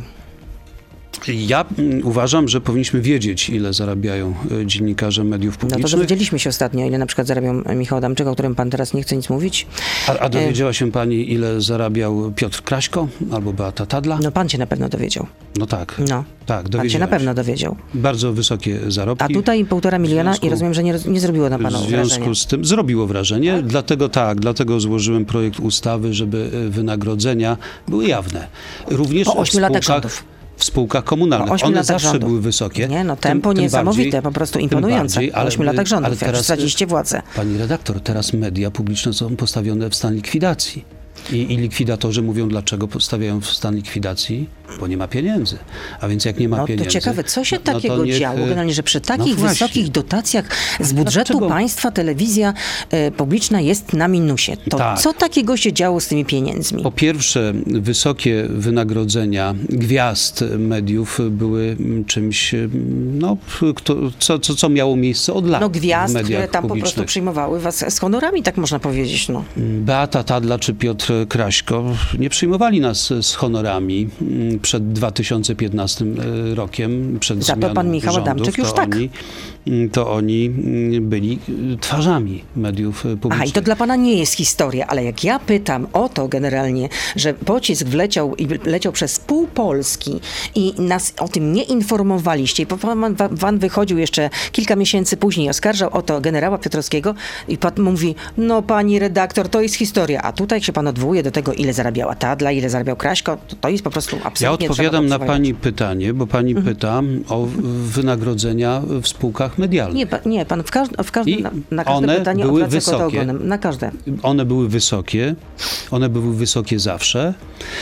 Ja uważam, że powinniśmy wiedzieć, ile zarabiają dziennikarze mediów publicznych. No to dowiedzieliśmy się ostatnio, ile na przykład zarabiał Michał Adamczyk, o którym pan teraz nie chce nic mówić. A, a dowiedziała się pani, ile zarabiał Piotr Kraśko albo Beata Tadla? No pan się na pewno dowiedział. No tak. No. Tak, pan się na pewno dowiedział. Bardzo wysokie zarobki. A tutaj półtora miliona związku, i rozumiem, że nie, nie zrobiło na panu wrażenia. W związku wrażenie. z tym zrobiło wrażenie, tak? dlatego tak, dlatego złożyłem projekt ustawy, żeby wynagrodzenia były jawne. Również po ośmiu latach rządów. W spółkach komunalnych. One zawsze rządów. były wysokie. Nie, no tempo tym, tym niesamowite, bardziej, po prostu imponujące. Bardziej, ale, w ośmiu latach rządów, jak straciliście władzę. Pani redaktor, teraz media publiczne są postawione w stan likwidacji. I, I likwidatorzy mówią, dlaczego postawiają w stan likwidacji? Bo nie ma pieniędzy. A więc jak nie ma no, pieniędzy... No to ciekawe, co się no, takiego no niech, działo? Generalnie, że przy takich no wysokich dotacjach z budżetu dlaczego? państwa telewizja e, publiczna jest na minusie. To tak. co takiego się działo z tymi pieniędzmi? Po pierwsze, wysokie wynagrodzenia gwiazd mediów były czymś, no, kto, co, co, co miało miejsce od lat. No gwiazd, w mediach które tam publicznych. po prostu przyjmowały was z honorami, tak można powiedzieć. No. Beata Tadla czy Piotr Kraśko nie przyjmowali nas z honorami przed dwa tysiące piętnastym rokiem, przed Za to pan Michał rządów, Adamczyk już to tak. Oni, to oni byli twarzami mediów publicznych. Aha, i to dla pana nie jest historia, ale jak ja pytam o to generalnie, że pocisk wleciał i leciał przez pół Polski i nas o tym nie informowaliście i pan, pan wychodził jeszcze kilka miesięcy później, oskarżał o to generała Piotrowskiego i pan mówi, no pani redaktor, to jest historia, a tutaj się pan odwołuje do tego, ile zarabiała Tadla, ile zarabiał Kraśko, to, to jest po prostu absolutnie... Ja odpowiadam na pani pytanie, bo pani mhm. pyta o wynagrodzenia w spółkach medialnych. Nie, pa, nie pan w, każ, w każdym, na, na każde one pytanie były odwraca kota wysokie. ogonem. Na każde. One były wysokie, one były wysokie zawsze,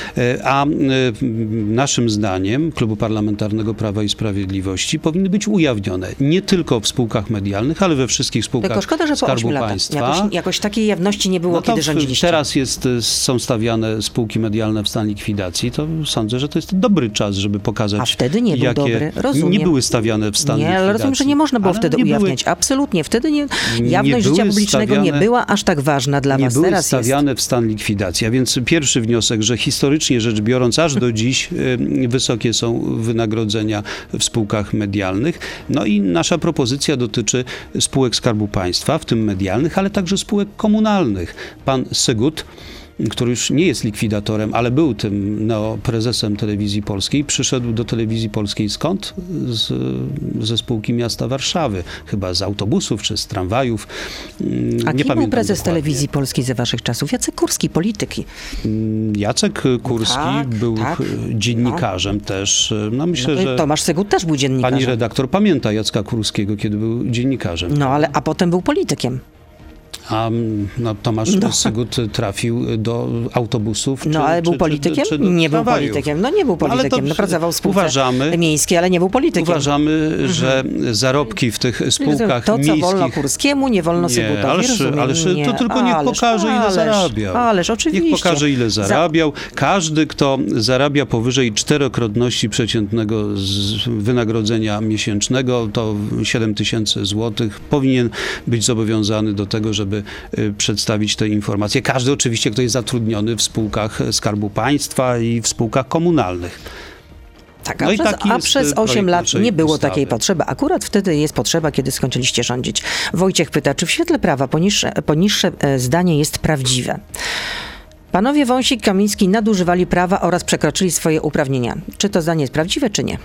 a naszym zdaniem Klubu Parlamentarnego Prawa i Sprawiedliwości powinny być ujawnione nie tylko w spółkach medialnych, ale we wszystkich spółkach tylko szkoda, że po Skarbu ośmiu Państwa. Latach. Jakoś, jakoś takiej jawności nie było, no kiedy rządziliście. Teraz jest, są stawiane spółki medialne w stan likwidacji, to sądzę, że to jest dobry czas, żeby pokazać, a wtedy nie był jakie dobry, rozumiem. Nie były stawiane w stan nie, likwidacji. Ale rozumiem, że nie można było ale wtedy nie ujawniać. Były, Absolutnie. Wtedy nie, jawność nie życia publicznego stawiane, nie była aż tak ważna dla nie was. były Teraz stawiane jest. w stan likwidacji. A więc pierwszy wniosek, że historycznie rzecz biorąc, aż do dziś y, wysokie są wynagrodzenia w spółkach medialnych. No i nasza propozycja dotyczy spółek Skarbu Państwa, w tym medialnych, ale także spółek komunalnych. Pan Sygut, który już nie jest likwidatorem, ale był tym neoprezesem Telewizji Polskiej, przyszedł do Telewizji Polskiej skąd? Z, ze spółki miasta Warszawy. Chyba z autobusów czy z tramwajów. A nie kim był prezes dokładnie. Telewizji Polskiej za waszych czasów? Jacek Kurski, polityki. Jacek Kurski tak, był tak. dziennikarzem no. też. No myślę, no, że Tomasz Sygut też był dziennikarzem. pani redaktor pamięta Jacka Kurskiego, kiedy był dziennikarzem. No ale, a potem był politykiem. A no, Tomasz No. Sygut trafił do autobusów. No czy, ale był czy, politykiem? Czy, czy, nie był tramwajów. politykiem. No nie był Ale politykiem. to No, pracował w spółce uważamy, miejskiej, ale nie był politykiem. Uważamy, Mhm. że zarobki w tych spółkach To, co miejskich... wolno Kurskiemu, nie wolno Sygutowi. Nie, ależ, rozumiem, ależ nie. to tylko niech ależ, pokaże, ile ależ, zarabiał. Ależ, oczywiście. Niech pokaże, ile zarabiał. Każdy, kto zarabia powyżej czterokrotności przeciętnego z wynagrodzenia miesięcznego, to siedem tysięcy złotych, powinien być zobowiązany do tego, żeby y, przedstawić te informacje. Każdy oczywiście, kto jest zatrudniony w spółkach Skarbu Państwa i w spółkach komunalnych. Tak, a, No i przez, taki a jest przez projekt osiem lat naszej nie było ustawy. takiej potrzeby. Akurat wtedy jest potrzeba, kiedy skończyliście rządzić. Wojciech pyta, czy w świetle prawa poniższe, poniższe e, zdanie jest prawdziwe? Panowie Wąsik, Kamiński nadużywali prawa oraz przekroczyli swoje uprawnienia. Czy to zdanie jest prawdziwe, czy nie?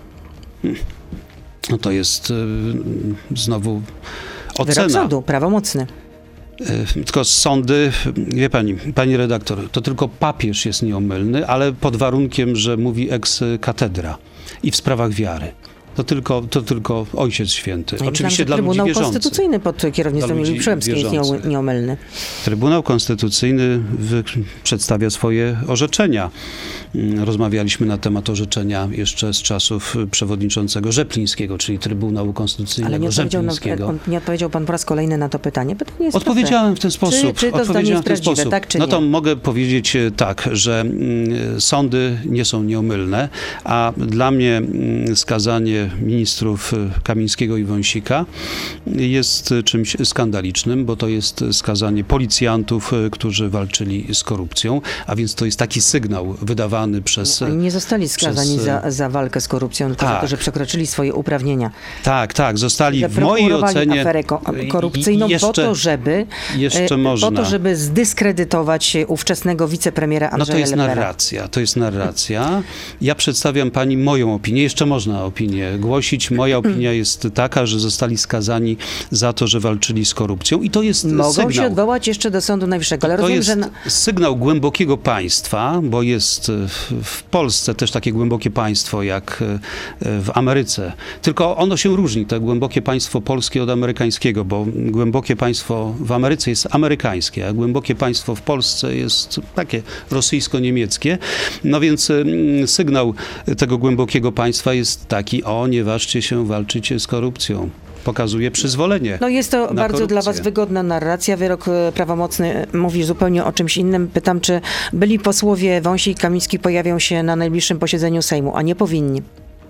No to jest y, znowu Wyrok ocena. sądu, prawomocny. Y, Tylko sądy, wie pani, pani redaktor, to tylko papież jest nieomylny, ale pod warunkiem, że mówi ex cathedra i w sprawach wiary. To tylko, to tylko Ojciec Święty. Ja Oczywiście myślałam, dla że ludzi Trybunał wierzących. Konstytucyjny pod kierownictwem Dla Julii ludzi Przyłębskiej jest wierzących. nieom- nieomylny. Trybunał Konstytucyjny wy, przedstawia swoje orzeczenia. Mm, Rozmawialiśmy na temat orzeczenia jeszcze z czasów przewodniczącego Rzeplińskiego, czyli Trybunału Ale Konstytucyjnego nie odpowiedział, na, Rzeplińskiego. on, nie odpowiedział pan po raz kolejny na to pytanie. Pytanie jest Odpowiedziałem w ten proste. sposób. Czy, czy to zdanie Odpowiedziałem jest w ten prawdziwe, sposób. tak czy no nie? to mogę powiedzieć e, tak, że mm, sądy nie są nieomylne, a dla mnie mm, skazanie ministrów e, Kamińskiego i Wąsika jest e, czymś skandalicznym, bo to jest skazanie policjantów, e, którzy walczyli z korupcją, a więc to jest taki sygnał wydawany przez... Oni nie zostali skazani przez, za, za walkę z korupcją, tylko za tak. to, że przekroczyli swoje uprawnienia. Tak, tak, zostali Że w mojej prokurowali ocenie... aferę ko- i- korupcyjną i jeszcze, po to, żeby jeszcze e, można. po to, żeby zdyskredytować ówczesnego wicepremiera No Andrzeja to jest Lepera. narracja, to jest narracja. Ja przedstawiam pani moją opinię. Jeszcze można opinię głosić. Moja opinia jest taka, że zostali skazani za to, że walczyli z korupcją i to jest Mogą sygnał. się odwołać jeszcze do Sądu Najwyższego, ale To rozumiem, jest że... Na... sygnał głębokiego państwa, bo jest w, w Polsce też takie głębokie państwo jak w Ameryce. Tylko ono się różni, to głębokie państwo polskie od amerykańskiego, bo głębokie państwo w Ameryce jest amerykańskie, a głębokie państwo w Polsce jest takie rosyjsko-niemieckie. No więc mm, sygnał tego głębokiego państwa jest taki: o, nie ważcie się, walczycie z korupcją. Pokazuje przyzwolenie. No jest to na bardzo korupcję. dla was wygodna narracja. Wyrok e, prawomocny e, mówi zupełnie o czymś innym. Pytam, czy byli posłowie Wąsik i Kamiński pojawią się na najbliższym posiedzeniu Sejmu, a nie powinni.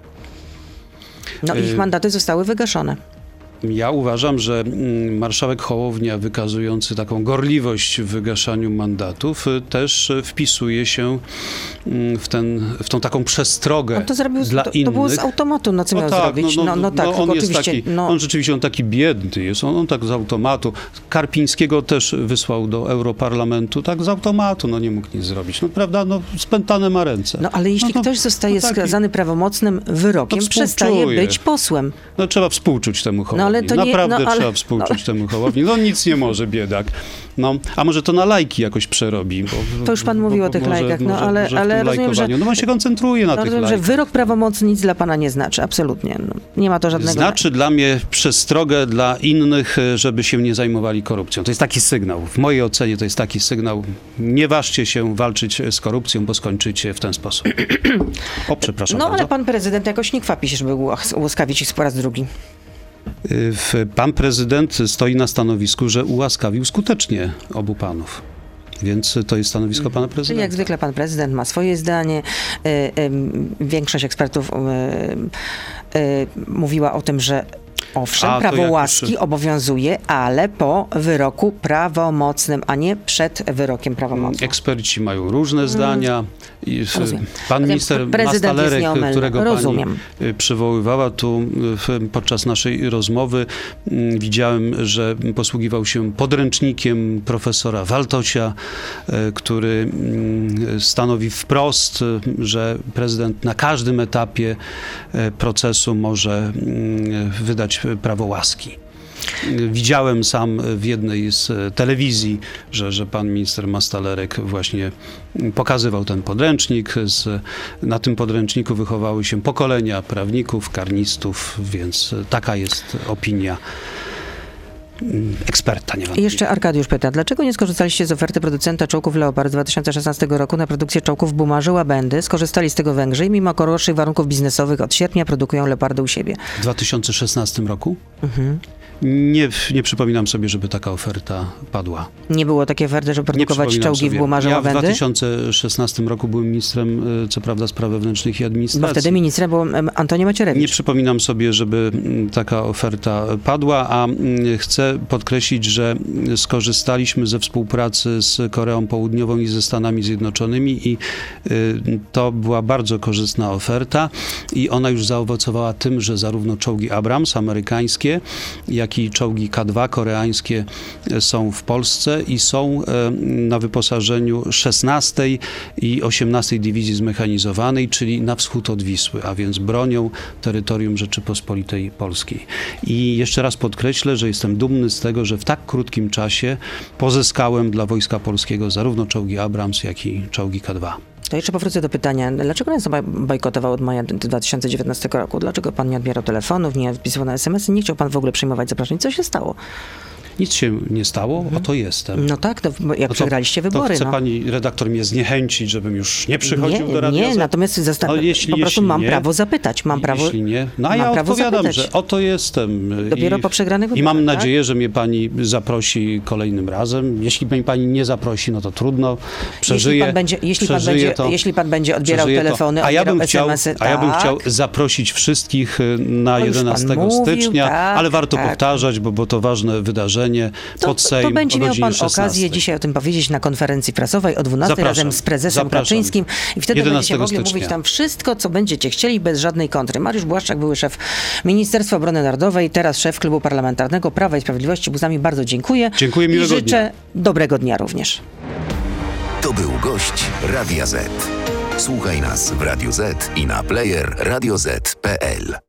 No ich Y- mandaty zostały wygaszone. Ja uważam, że mm, marszałek Hołownia, wykazujący taką gorliwość w wygaszaniu mandatów, y, też y, wpisuje się mm, w, ten, w tą taką przestrogę On to zrobił, dla to, innych. to było z automatu, no co miał zrobić? No, no, tak, on tylko jest oczywiście, taki, no, on rzeczywiście on taki biedny jest, on, on tak z automatu. Karpińskiego też wysłał do Europarlamentu, tak z automatu, no nie mógł nic zrobić. No prawda, no spętane ma ręce. no ale jeśli No to- ktoś zostaje to taki- skazany prawomocnym wyrokiem, To przestaje współczuję. być posłem. No trzeba współczuć temu Hołowni. ale to nie- Naprawdę no, ale- trzeba współczuć temu Hołowni. No nic nie może, biedak. No, a może to na lajki jakoś przerobi. Bo, To już pan bo- mówił bo o tych może, lajkach, no, może, ale- może w ale tym rozumiem, że- lajkowaniu. No on się koncentruje na No, tych rozumiem, że lajkach. wyrok prawomocny nic dla pana nie znaczy, absolutnie. No, nie ma to żadnego... Znaczy dla mnie przestrogę dla innych, żeby się nie zajmowali korupcją. To jest taki sygnał. W mojej ocenie to jest taki sygnał. Nie ważcie się walczyć z korupcją, bo skończycie w ten sposób. O, przepraszam No bardzo. ale pan prezydent jakoś nie kwapi się, żeby ułas- ułaskawić ich po raz drugi. W- Pan prezydent stoi na stanowisku, że ułaskawił skutecznie obu panów. Więc to jest stanowisko pana Czyli prezydenta. jak zwykle pan prezydent ma swoje zdanie. Y, y, Większość ekspertów y, y, mówiła o tym, że owszem, A, to prawo jak już- łaski obowiązuje, ale po wyroku prawomocnym, a nie przed wyrokiem prawomocnym. Eksperci mają różne zdania. I w- Rozumiem. pan Zatem minister prezydent jest Mastalerek, nieomylny. którego Rozumiem. pani y, przywoływała tu y, w- podczas naszej rozmowy, mm, widziałem, że posługiwał się podręcznikiem profesora Waltosia, y, który mm, stanowi wprost, y, że prezydent na każdym etapie y, procesu może mm, wydać prawo łaski. Widziałem sam w jednej z telewizji, że, że pan minister Mastalerek właśnie pokazywał ten podręcznik. Z, na tym podręczniku wychowały się pokolenia prawników, karnistów, więc taka jest opinia eksperta I niewątpliwie. jeszcze Arkadiusz pyta, dlaczego nie skorzystaliście z oferty producenta czołgów Leopard z dwa tysiące szesnastego roku na produkcję czołgów Bumarze Łabędy? Skorzystali z tego Węgrzy i mimo gorszych warunków biznesowych od sierpnia produkują Leopardy u siebie. W dwa tysiące szesnastym roku? Mhm. Nie, nie przypominam sobie, żeby taka oferta padła. Nie było takiej oferty, żeby Nie produkować przypominam czołgi sobie. w Bumarze Ja w Łabędy? dwa tysiące szesnastym roku byłem ministrem, y, co prawda, spraw wewnętrznych i Bo administracji. wtedy ministrem był em, Antoni Macierewicz. Nie przypominam sobie, żeby mm, taka oferta padła, a mm, chcę podkreślić, że skorzystaliśmy ze współpracy z Koreą Południową i ze Stanami Zjednoczonymi i y, to była bardzo korzystna oferta i ona już zaowocowała tym, że zarówno czołgi Abrams amerykańskie, jak i czołgi K dwa koreańskie są w Polsce i są e, na wyposażeniu szesnastej i osiemnastej Dywizji Zmechanizowanej, czyli na wschód od Wisły, a więc bronią terytorium Rzeczypospolitej Polskiej. I jeszcze raz podkreślę, że jestem dumny z tego, że w tak krótkim czasie pozyskałem dla Wojska Polskiego zarówno czołgi Abrams, jak i czołgi K dwa. To jeszcze powrócę do pytania, dlaczego nas bojkotował od maja dwa tysiące dziewiętnastego roku? Dlaczego pan nie odbierał telefonów, nie wpisywał na es em esy, nie chciał pan w ogóle przyjmować zaproszeń? Co się stało? Nic się nie stało, mhm. Oto jestem. No tak, to jak No to, przegraliście wybory. To chce no. pani redaktor mnie zniechęcić, żebym już nie przychodził nie, do Radia Nie, Z? natomiast zasta- No, jeśli, po prostu jeśli mam nie, prawo zapytać. Mam prawo, jeśli nie, no a ja mam prawo odpowiadam, zapytać. że oto jestem. Dopiero I, po przegranych I wyborach, mam tak? nadzieję, że mnie pani zaprosi kolejnym razem. Jeśli mnie pani nie zaprosi, no to trudno. Przeżyję, jeśli pan będzie, jeśli pan przeżyję będzie, to, jeśli pan będzie odbierał przeżyję telefony, to. A ja odbierał bym chciał, es em esy, a ja bym tak. chciał zaprosić wszystkich na No już pan jedenastego mówił, stycznia, tak, ale warto tak. powtarzać, bo, bo to ważne wydarzenie To, pod Sejm to będzie o miał godzinie pan szesnastej. okazję dzisiaj o tym powiedzieć na konferencji prasowej o dwunastej Zapraszam. razem z prezesem Zapraszam. Kaczyńskim i wtedy będziecie jedenastego mogli stycznia. mówić tam wszystko, co będziecie chcieli, bez żadnej kontry. Mariusz Błaszczak, były szef Ministerstwa Obrony Narodowej, teraz szef Klubu Parlamentarnego Prawa i Sprawiedliwości. Był z nami, bardzo dziękuję. Dziękuję, I miłego życzę dnia. dobrego dnia również. To był gość Radia Z. Słuchaj nas w Radio Z i na player radio zet kropka pe el.